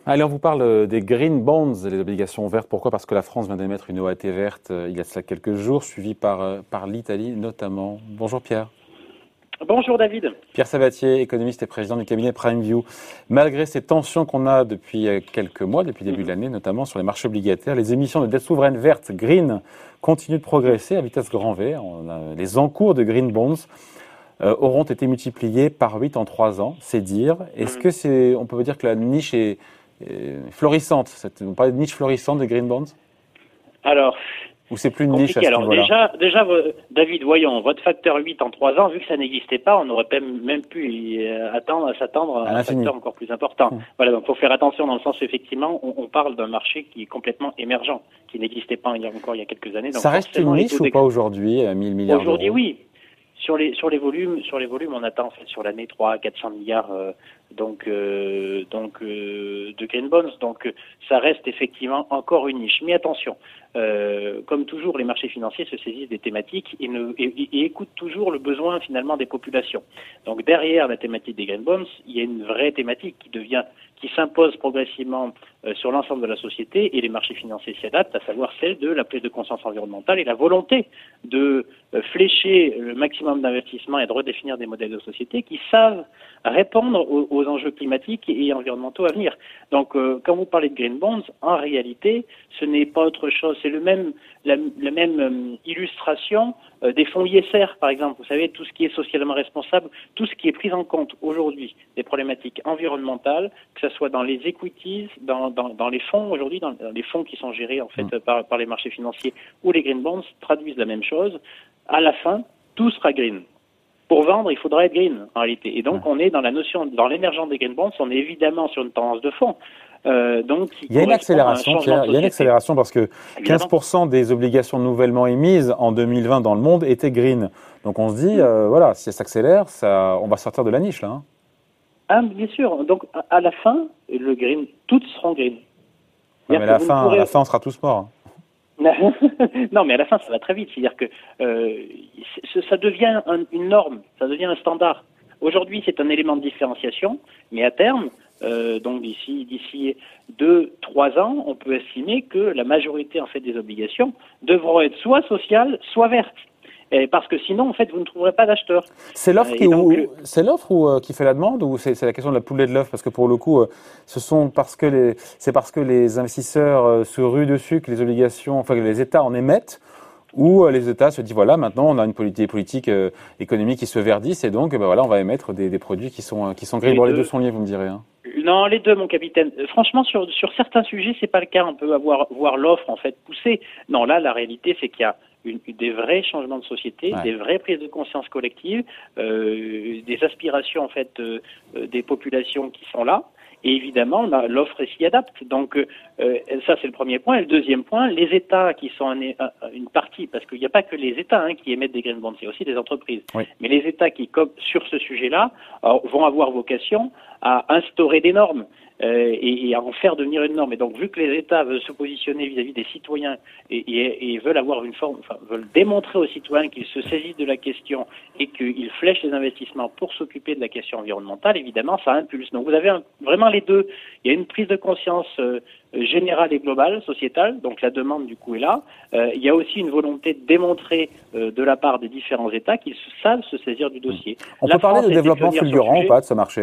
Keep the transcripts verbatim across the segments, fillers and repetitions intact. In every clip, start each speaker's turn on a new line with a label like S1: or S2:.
S1: Allez, on vous parle des green bonds, les obligations vertes. Pourquoi ? Parce que la France vient d'émettre une O A T verte euh, il y a cela quelques jours, suivie par, euh, par l'Italie notamment. Bonjour Pierre.
S2: Bonjour David.
S1: Pierre Sabatier, économiste et président du cabinet PrimeView. Malgré ces tensions qu'on a depuis quelques mois, depuis le début de l'année, notamment sur les marchés obligataires, les émissions de dette souveraine verte, green, continuent de progresser à vitesse grand V. On a les encours de green bonds euh, auront été multipliés par huit en trois ans, c'est dire. Est-ce que c'est, on peut dire que la niche est, est florissante, cette, on parle de niche florissante des green bonds ?
S2: Alors,
S1: ou c'est plus une niche à ce
S2: Alors
S1: niveau-là ?
S2: déjà, déjà, David, voyons, votre facteur huit en trois ans, vu que ça n'existait pas, on aurait même pu y attendre, s'attendre à un facteur encore plus important. Mmh. Voilà, donc il faut faire attention dans le sens, effectivement, on, on parle d'un marché qui est complètement émergent, qui n'existait pas il y a encore il y a quelques années. Donc
S1: ça reste une niche ou pas aujourd'hui, à mille milliards d'euros ?
S2: Aujourd'hui, oui. Sur les sur les volumes, sur les volumes, on attend en fait, sur l'année trois à quatre cents milliards euh, donc euh, donc euh, de green bonds. Donc ça reste effectivement encore une niche. Mais attention, euh, comme toujours, les marchés financiers se saisissent des thématiques et, ne, et, et écoutent toujours le besoin finalement des populations. Donc derrière la thématique des green bonds, il y a une vraie thématique qui devient qui s'impose progressivement euh, sur l'ensemble de la société, et les marchés financiers s'y adaptent, à savoir celle de la prise de conscience environnementale et la volonté de euh, flécher le maximum d'investissement et de redéfinir des modèles de société qui savent répondre aux, aux enjeux climatiques et environnementaux à venir. Donc, euh, quand vous parlez de green bonds, en réalité, ce n'est pas autre chose. C'est le même, la, la même euh, illustration euh, des fonds I S R, par exemple. Vous savez, tout ce qui est socialement responsable, tout ce qui est pris en compte aujourd'hui des problématiques environnementales, que ce soit dans les equities, dans, dans, dans les fonds aujourd'hui, dans, dans les fonds qui sont gérés en fait mmh. par, par les marchés financiers, ou les green bonds, traduisent la même chose. À la fin, tout sera green. Pour vendre, il faudra être green, en réalité. Et donc, on est dans la notion, dans l'émergence des green bonds, on est évidemment sur une tendance de fond.
S1: Euh, donc, il y a une accélération, Pierre, il y a une accélération parce que quinze pour cent des obligations nouvellement émises en deux mille vingt dans le monde étaient green. Donc, on se dit, euh, voilà, si ça s'accélère, ça, on va sortir de la niche, là. Hein.
S2: Ah, bien sûr. Donc, à la fin, le green, toutes seront green.
S1: Ouais, mais à la, fin, pourrez... à la fin, on sera tous morts.
S2: Non, mais à la fin, ça va très vite. C'est-à-dire que euh, ça devient un, une norme, ça devient un standard. Aujourd'hui, c'est un élément de différenciation, mais à terme, euh, donc d'ici d'ici deux, trois ans, on peut estimer que la majorité en fait des obligations devront être soit sociales, soit vertes. Et parce que sinon, en fait, vous ne trouverez pas d'acheteurs.
S1: C'est l'offre qui, donc, ou, c'est l'offre ou, euh, qui fait la demande, ou c'est, c'est la question de la poule et de l'œuf ? Parce que pour le coup, euh, ce sont parce que les, c'est parce que les investisseurs euh, se ruent dessus que les obligations, enfin que les États en émettent, ou euh, les États se disent voilà, maintenant on a une politique, politique euh, économique qui se verdissent, et donc ben voilà, on va émettre des, des produits qui sont qui sont green. Bon, les deux sont liés, vous me direz. Hein.
S2: Non, les deux, mon capitaine. Franchement, sur sur certains sujets, c'est pas le cas. On peut avoir voir l'offre en fait poussée. Non, là, la réalité, c'est qu'il y a Une, des vrais changements de société, ouais. des vraies prises de conscience collectives, euh, des aspirations en fait euh, des populations qui sont là. Et évidemment, là, l'offre s'y adapte. Donc euh, ça, c'est le premier point. Et le deuxième point, les États qui sont un, un, une partie, parce qu'il n'y a pas que les États hein, qui émettent des green bonds, c'est aussi des entreprises. Oui. Mais les États qui, comme sur ce sujet-là, alors, vont avoir vocation à instaurer des normes. Euh, et, et à en faire devenir une norme. Et donc, vu que les États veulent se positionner vis-à-vis des citoyens et, et, et veulent avoir une forme, enfin, veulent démontrer aux citoyens qu'ils se saisissent de la question et qu'ils flèchent les investissements pour s'occuper de la question environnementale, évidemment, ça impulse. Donc, vous avez un, vraiment les deux. Il y a une prise de conscience euh, générale et globale, sociétale. Donc, la demande, du coup, est là. Euh, il y a aussi une volonté de démontrer euh, de la part des différents États qu'ils savent se saisir du dossier.
S1: On la peut France parler de développement fulgurant ou pas de ce marché ?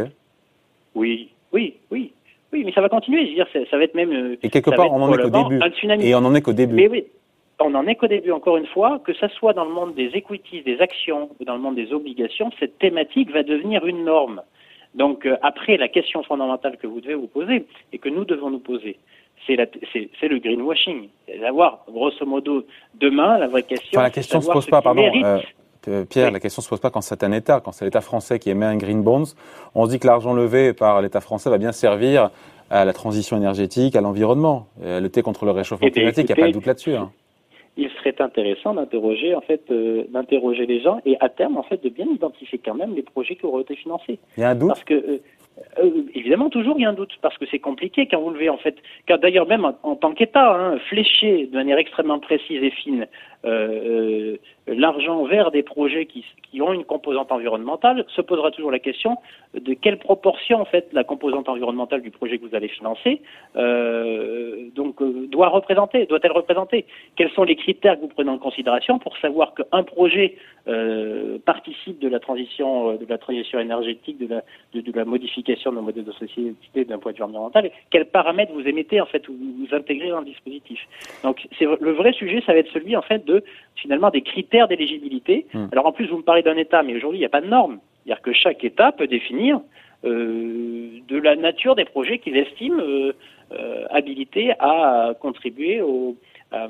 S2: Oui, oui, oui. Oui, mais ça va continuer. Je veux dire, ça, ça va être même.
S1: Et quelque part, on en est qu'au début. Et on en est qu'au début.
S2: Mais oui, on n'en est qu'au début. Encore une fois, que ça soit dans le monde des equities, des actions ou dans le monde des obligations, cette thématique va devenir une norme. Donc euh, après, la question fondamentale que vous devez vous poser et que nous devons nous poser, c'est, la, c'est, c'est le greenwashing. C'est d'avoir, grosso modo, demain, la vraie question.
S1: Enfin, la question ne se pose pas, pardon. Euh, Pierre, oui. La question ne se pose pas quand c'est un État, quand c'est l'État français qui émet un green bonds. On se dit que l'argent levé par l'État français va bien servir à la transition énergétique, à l'environnement, à lutter contre le réchauffement climatique. Il n'y a pas de doute là-dessus. Hein.
S2: Il serait intéressant d'interroger en fait, euh, d'interroger les gens et à terme en fait de bien identifier quand même les projets qui auraient été financés.
S1: Il y a un doute.
S2: Parce que euh, Euh, évidemment, toujours il y a un doute, parce que c'est compliqué quand vous levez, en fait, car d'ailleurs même en, en tant qu'État, hein, flécher de manière extrêmement précise et fine euh, euh, l'argent vers des projets qui, qui ont une composante environnementale, se posera toujours la question de quelle proportion, en fait, la composante environnementale du projet que vous allez financer euh, donc euh, doit représenter, doit-elle représenter. Quels sont les critères que vous prenez en considération pour savoir qu'un projet euh, participe de la transition, de la transition énergétique, de la, de, de la modification de nos modèles de société d'un point de vue environnemental, quels paramètres vous émettez, en fait, ou vous intégrez dans le dispositif. Donc, c'est le vrai sujet, ça va être celui, en fait, de, finalement, des critères d'éligibilité. Mmh. Alors, en plus, vous me parlez d'un État, mais aujourd'hui, il n'y a pas de normes. C'est-à-dire que chaque État peut définir euh, de la nature des projets qu'il estime euh, euh, habilités à contribuer au, euh,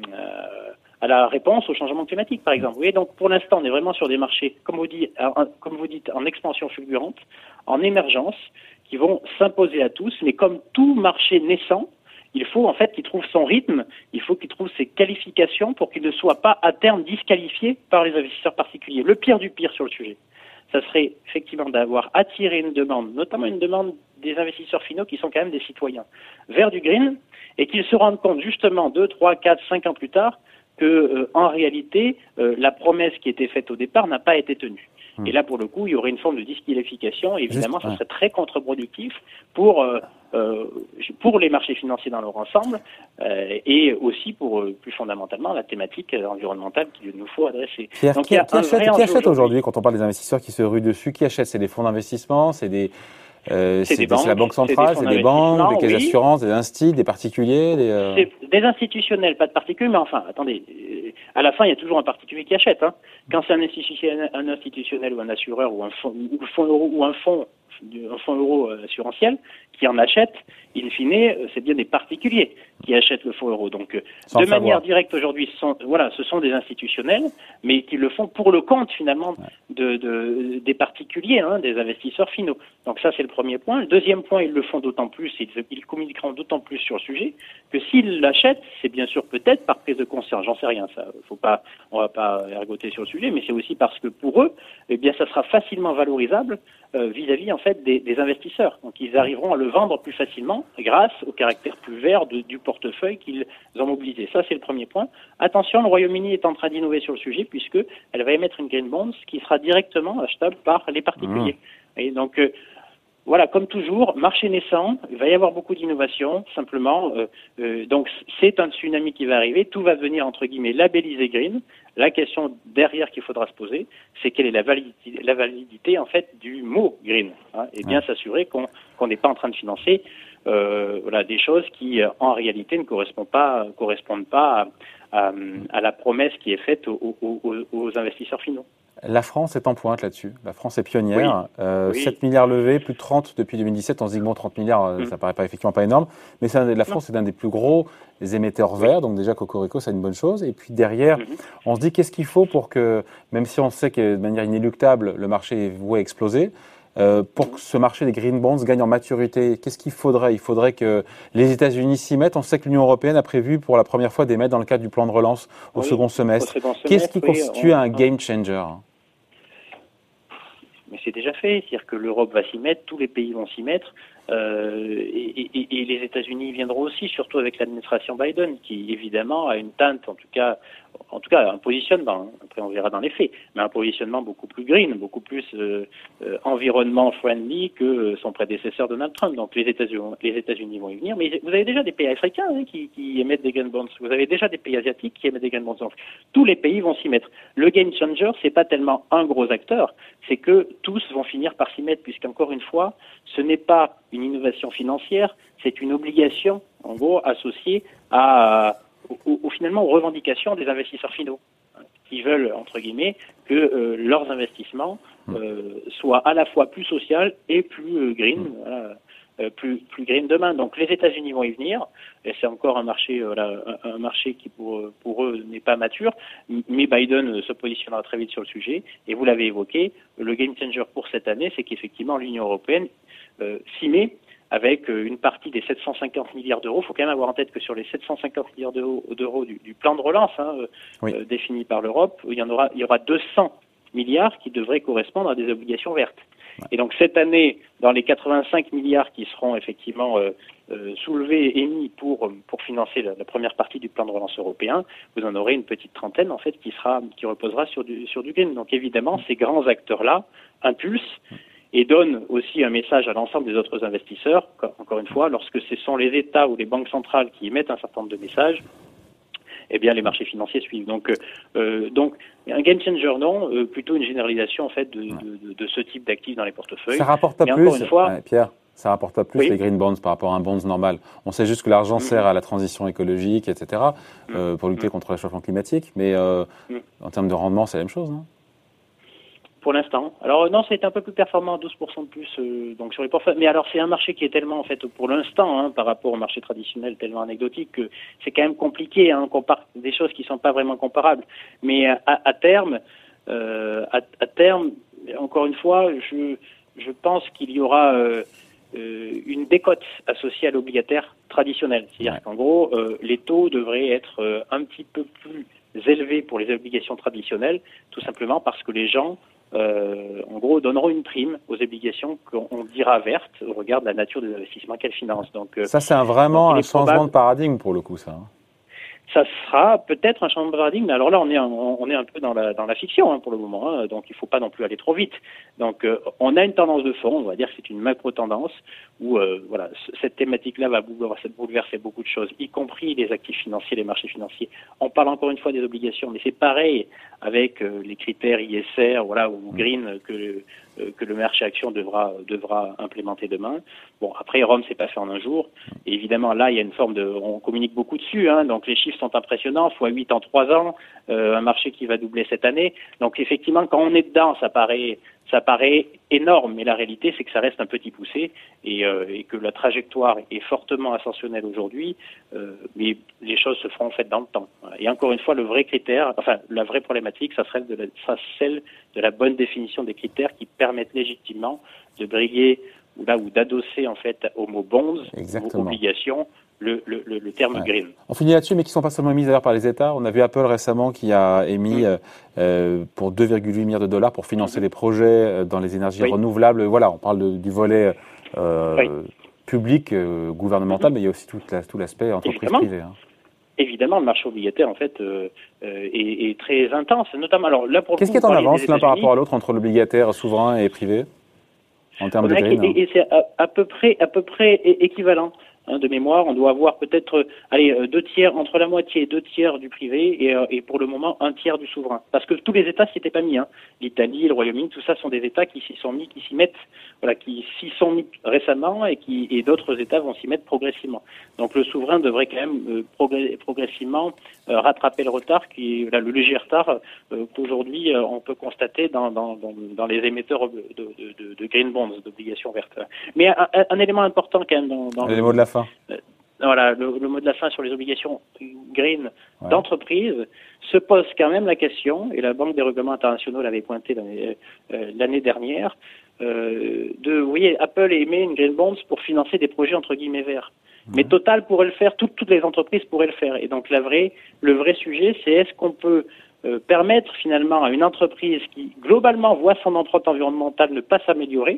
S2: à la réponse au changement climatique, par exemple. Vous voyez, donc pour l'instant, on est vraiment sur des marchés, comme vous dites, en, comme vous dites, en expansion fulgurante, en émergence, qui vont s'imposer à tous, mais comme tout marché naissant, il faut en fait qu'il trouve son rythme, il faut qu'il trouve ses qualifications pour qu'il ne soit pas à terme disqualifié par les investisseurs particuliers. Le pire du pire sur le sujet, ça serait effectivement d'avoir attiré une demande, notamment une demande des investisseurs finaux qui sont quand même des citoyens, vers du green, et qu'ils se rendent compte justement deux, trois, quatre, cinq ans plus tard que euh, en réalité euh, la promesse qui était faite au départ n'a pas été tenue. Mmh. Et là, pour le coup, il y aurait une forme de disqualification. Et évidemment, Juste, ce serait ouais. très contre-productif pour euh, euh, pour les marchés financiers dans leur ensemble euh, et aussi pour euh, plus fondamentalement la thématique environnementale qu'il nous faut adresser.
S1: Pierre, Donc, qui, il y a qui un achète, vrai qui achète aujourd'hui quand on parle des investisseurs qui se ruent dessus? Qui achète? C'est des fonds d'investissement, c'est des Euh, c'est, c'est, des c'est la banque centrale, c'est des, c'est des banques, des caisses oui. d'assurance, des instituts, des particuliers des, euh...
S2: c'est des institutionnels, pas de particuliers, mais enfin, attendez, à la fin, il y a toujours un particulier qui achète. Hein. Quand c'est un institutionnel, un institutionnel ou un assureur ou un fonds, ou fonds euro, ou un fonds, un fonds euro assurantiel qui en achète, in fine, c'est bien des particuliers qui achètent le fonds euro. Donc, Sans de manière savoir. directe aujourd'hui, ce sont, voilà, ce sont des institutionnels, mais qui le font pour le compte finalement ouais. de, de, des particuliers, hein, des investisseurs finaux. Donc ça, c'est le premier point. Le deuxième point, ils le font d'autant plus, ils, ils communiqueront d'autant plus sur le sujet que s'ils l'achètent, c'est bien sûr peut-être par prise de conscience. J'en sais rien, ça. Faut pas, on va pas ergoter sur le sujet, mais c'est aussi parce que pour eux, eh bien, ça sera facilement valorisable euh, vis-à-vis en fait des, des investisseurs. Donc ils arriveront à le vendre plus facilement grâce au caractère plus vert de, du portefeuille qu'ils ont mobilisé. Ça, c'est le premier point. Attention, le Royaume-Uni est en train d'innover sur le sujet puisque elle va émettre une green bond qui sera directement achetable par les particuliers. Mmh. Et donc euh, voilà, comme toujours, marché naissant, il va y avoir beaucoup d'innovation, simplement. Euh, euh, donc, c'est un tsunami qui va arriver. Tout va devenir, entre guillemets, labellisé green. La question derrière qu'il faudra se poser, c'est quelle est la validité, la validité en fait, du mot green. Hein, et bien ouais. s'assurer qu'on qu'on n'est pas en train de financer euh, voilà, des choses qui, en réalité, ne correspondent pas, correspondent pas à, à, à la promesse qui est faite aux, aux, aux investisseurs finaux.
S1: La France est en pointe là-dessus. La France est pionnière.
S2: Oui.
S1: Euh,
S2: oui.
S1: sept milliards levés, plus de trente depuis deux mille dix-sept. On se dit que bon, trente milliards, mmh. ça paraît pas effectivement pas énorme. Mais c'est un, la France non. est un des plus gros émetteurs verts. Donc déjà, Cocorico, c'est une bonne chose. Et puis derrière, mmh. on se dit qu'est-ce qu'il faut pour que, même si on sait que de manière inéluctable, le marché est voué à exploser, Euh, pour que ce marché des green bonds gagne en maturité, qu'est-ce qu'il faudrait? Il faudrait que les États-Unis s'y mettent. On sait que l'Union européenne a prévu pour la première fois d'émettre dans le cadre du plan de relance au oui, second semestre. Au second semestre. Qu'est-ce qui oui, constitue on, un game changer?
S2: Mais c'est déjà fait, c'est-à-dire que l'Europe va s'y mettre, tous les pays vont s'y mettre, euh, et, et, et les États-Unis viendront aussi, surtout avec l'administration Biden, qui évidemment a une teinte, en tout cas, en tout cas un positionnement. Après on verra dans les faits, mais un positionnement beaucoup plus green, beaucoup plus euh, euh, environnement friendly que son prédécesseur Donald Trump. Donc les États-Unis, les États-Unis vont y venir, mais vous avez déjà des pays africains hein, qui, qui émettent des green bonds. Vous avez déjà des pays asiatiques qui émettent des green bonds. Donc tous les pays vont s'y mettre. Le game changer, c'est pas tellement un gros acteur, c'est que tous vont finir par s'y mettre, puisqu'encore une fois, ce n'est pas une innovation financière, c'est une obligation, en gros, associée à, au, au, finalement aux revendications des investisseurs finaux, hein, qui veulent, entre guillemets, que euh, leurs investissements euh, soient à la fois plus sociaux et plus euh, green, voilà, euh, plus, plus green demain. Donc les États-Unis vont y venir, et c'est encore un marché, euh, là, un, un marché qui pour, pour eux n'est pas mature, mais Biden se positionnera très vite sur le sujet, et vous l'avez évoqué, le game changer pour cette année, c'est qu'effectivement l'Union européenne euh, s'y met avec une partie des sept cent cinquante milliards d'euros. Il faut quand même avoir en tête que sur les sept cent cinquante milliards d'euros, d'euros du, du plan de relance hein, oui. euh, défini par l'Europe, il y en aura, il y aura deux cents milliards qui devraient correspondre à des obligations vertes. Ouais. Et donc cette année, dans les quatre-vingt-cinq milliards qui seront effectivement euh, euh, soulevés et émis pour pour financer la, la première partie du plan de relance européen, vous en aurez une petite trentaine en fait qui sera qui reposera sur du sur du green. Donc évidemment, ces grands acteurs-là impulsent et donnent aussi un message à l'ensemble des autres investisseurs. Encore une fois, lorsque ce sont les États ou les banques centrales qui émettent un certain nombre de messages, eh bien les marchés financiers suivent. Donc, euh, donc un game changer non, euh, plutôt une généralisation en fait de, de, de, de ce type d'actifs dans les portefeuilles.
S1: Ça rapporte pas
S2: Mais
S1: plus,
S2: encore une fois,
S1: ouais, Pierre. Ça rapporte pas plus oui. les green bonds par rapport à un bonds normal. On sait juste que l'argent mmh. sert à la transition écologique, et cetera, mmh. euh, pour lutter mmh. contre le réchauffement climatique. Mais euh, mmh. en termes de rendement, c'est la même chose, non ?
S2: Pour l'instant. Alors non, c'est un peu plus performant, douze pour cent de plus euh, donc sur les portefeuilles. Mais alors c'est un marché qui est tellement en fait pour l'instant hein, par rapport au marché traditionnel tellement anecdotique que c'est quand même compliqué. Hein, on compare des choses qui sont pas vraiment comparables. Mais à, à terme, euh, à, à terme, encore une fois, je je pense qu'il y aura euh, euh, une décote associée à l'obligataire traditionnel. C'est-à-dire ouais. qu'en gros, euh, les taux devraient être euh, un petit peu plus élevés pour les obligations traditionnelles, tout simplement parce que les gens Euh, en gros, donneront une prime aux obligations qu'on dira vertes au regard de la nature des investissements qu'elles financent. Donc, euh,
S1: ça, c'est un, vraiment un changement probable, de paradigme pour le coup, ça.
S2: Ça sera peut-être un changement de paradigme. Alors là, on est, un, on est un peu dans la, dans la fiction hein, pour le moment, hein, donc il ne faut pas non plus aller trop vite. Donc, euh, on a une tendance de fond, on va dire que c'est une macro-tendance où euh, voilà, cette thématique-là va bouleverser, bouleverser beaucoup de choses, y compris les actifs financiers, les marchés financiers. On parle encore une fois des obligations, mais c'est pareil avec euh, les critères I S R, voilà, ou green que euh, que le marché action devra devra implémenter demain. Bon, après Rome, c'est pas fait en un jour. Et évidemment, là, il y a une forme de, on communique beaucoup dessus, hein, donc les chiffres sont impressionnants, fois huit en trois ans, euh, un marché qui va doubler cette année. Donc effectivement, quand on est dedans, ça paraît ça paraît énorme, mais la réalité, c'est que ça reste un petit poussé et, euh, et que la trajectoire est fortement ascensionnelle aujourd'hui, euh, mais les choses se feront en fait dans le temps. Et encore une fois, le vrai critère, enfin la vraie problématique, ça serait de la, ça celle de la bonne définition des critères qui permettent légitimement de briguer ou là ou d'adosser en fait au mot bonds, aux obligations, le, le, le, le terme ouais. green.
S1: On finit là-dessus, mais qui ne sont pas seulement émises d'ailleurs par les États. On a vu Apple récemment qui a émis mmh. euh, pour deux virgule huit milliards de dollars pour financer mmh. les projets dans les énergies oui. renouvelables. Voilà, on parle de, du volet euh, oui. public, euh, gouvernemental, mmh. mais il y a aussi tout, la, tout l'aspect entreprise
S2: Évidemment.
S1: privée. Hein.
S2: Évidemment, le marché obligataire en fait euh, euh, est, est très intense, notamment. Alors là, pour
S1: qu'est-ce qui est en avance l'un par rapport à l'autre entre l'obligataire souverain et privé en termes de green?
S2: Et, et c'est à, à peu près, à peu près équivalent. Hein, de mémoire, on doit avoir peut-être allez deux tiers, entre la moitié et deux tiers du privé et, euh, et pour le moment un tiers du souverain. Parce que tous les États s'y étaient pas mis. Hein. L'Italie, le Royaume-Uni, tout ça sont des États qui s'y sont mis, qui s'y mettent, voilà, qui s'y sont mis récemment et qui et d'autres États vont s'y mettre progressivement. Donc le souverain devrait quand même euh, progr- progressivement euh, rattraper le retard, qui là, le léger retard euh, qu'aujourd'hui euh, on peut constater dans, dans, dans, dans les émetteurs de, de, de, de green bonds, d'obligations vertes. Mais un, un, un élément important quand même dans, dans
S1: les le, mots de la fin.
S2: Euh, voilà, le, le mot de la fin sur les obligations green ouais. d'entreprise se pose quand même la question, et la Banque des règlements internationaux l'avait pointé l'année, euh, l'année dernière, euh, de, vous voyez, Apple émet une green bonds pour financer des projets entre guillemets verts. Ouais. Mais Total pourrait le faire, toutes, toutes les entreprises pourraient le faire. Et donc la vraie, le vrai sujet, c'est est-ce qu'on peut euh, permettre finalement à une entreprise qui globalement voit son empreinte environnementale ne pas s'améliorer,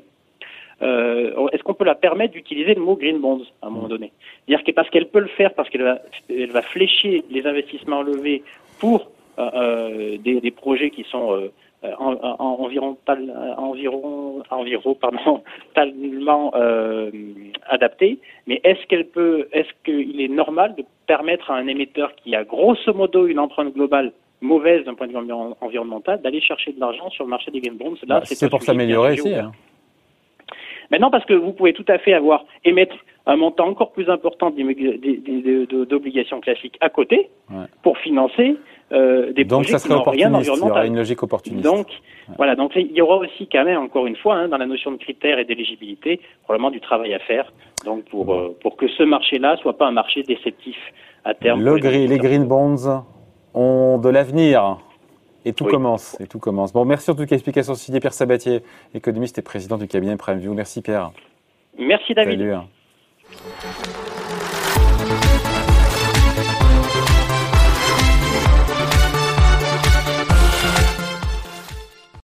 S2: Euh, est-ce qu'on peut la permettre d'utiliser le mot green bonds à un moment donné? C'est-à-dire que parce qu'elle peut le faire, parce qu'elle va, elle va flécher les investissements levés pour euh, des, des projets qui sont euh, en, en, environ, environ, environ, pardon, tellement euh, adaptés. Mais est-ce qu'elle peut, est-ce qu'il est normal de permettre à un émetteur qui a grosso modo une empreinte globale mauvaise d'un point de vue environnemental d'aller chercher de l'argent sur le marché des green bonds? Là,
S1: bah, c'est, c'est pour s'améliorer ici. Hein.
S2: Maintenant, parce que vous pouvez tout à fait avoir émettre un montant encore plus important d'obligations classiques à côté ouais. pour financer euh, des
S1: donc,
S2: projets
S1: ça
S2: qui n'ont rien d'environnemental.
S1: Il y aura une logique opportuniste.
S2: Donc, ouais. voilà. Donc, il y aura aussi quand même, encore une fois, hein, dans la notion de critères et d'éligibilité, probablement du travail à faire. Donc, pour bon. euh, pour que ce marché-là soit pas un marché déceptif à terme.
S1: Le gris, les green bonds ont de l'avenir. Et tout oui. commence, et tout commence. Bon, merci en tout cas, explication signée Pierre Sabatier, économiste et président du cabinet PrimeView. Merci Pierre.
S2: Merci David.
S1: Salut.